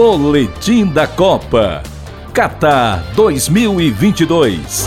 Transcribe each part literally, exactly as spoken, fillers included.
Boletim da Copa Catar dois mil e vinte e dois.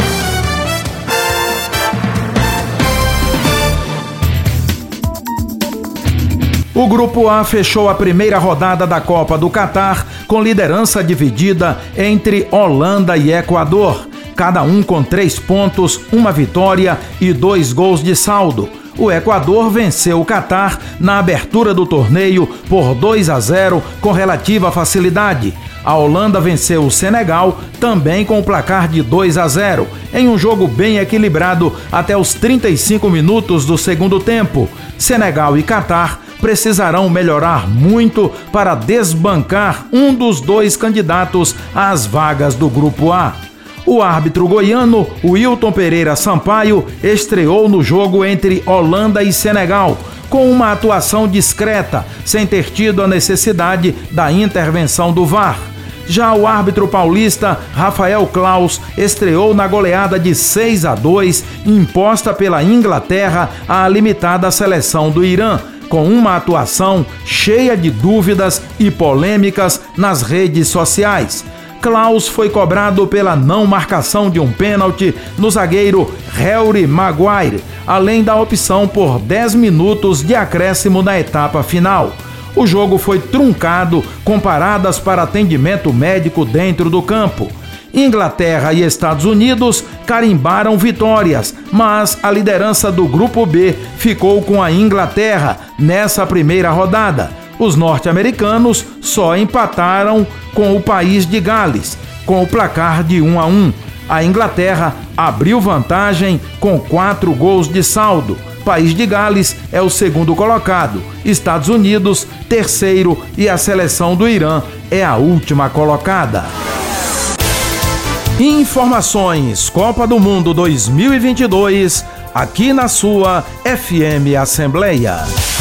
O Grupo A fechou a primeira rodada da Copa do Catar com liderança dividida entre Holanda e Equador, cada um com três pontos, uma vitória e dois gols de saldo. O Equador venceu o Catar na abertura do torneio por dois a zero com relativa facilidade. A Holanda venceu o Senegal também com o placar de dois a zero, em um jogo bem equilibrado até os trinta e cinco minutos do segundo tempo. Senegal e Catar precisarão melhorar muito para desbancar um dos dois candidatos às vagas do Grupo A. O árbitro goiano, Wilton Pereira Sampaio, estreou no jogo entre Holanda e Senegal, com uma atuação discreta, sem ter tido a necessidade da intervenção do V A R. Já o árbitro paulista, Rafael Claus, estreou na goleada de seis a dois, imposta pela Inglaterra à limitada seleção do Irã, com uma atuação cheia de dúvidas e polêmicas nas redes sociais. Claus foi cobrado pela não marcação de um pênalti no zagueiro Harry Maguire, além da opção por dez minutos de acréscimo na etapa final. O jogo foi truncado com paradas para atendimento médico dentro do campo. Inglaterra e Estados Unidos carimbaram vitórias, mas a liderança do Grupo B ficou com a Inglaterra nessa primeira rodada. Os norte-americanos só empataram com o país de Gales, com o placar de um a um. A Inglaterra abriu vantagem com quatro gols de saldo. País de Gales é o segundo colocado, Estados Unidos, terceiro, e a seleção do Irã é a última colocada. Informações Copa do Mundo dois mil e vinte e dois, aqui na sua F M Assembleia.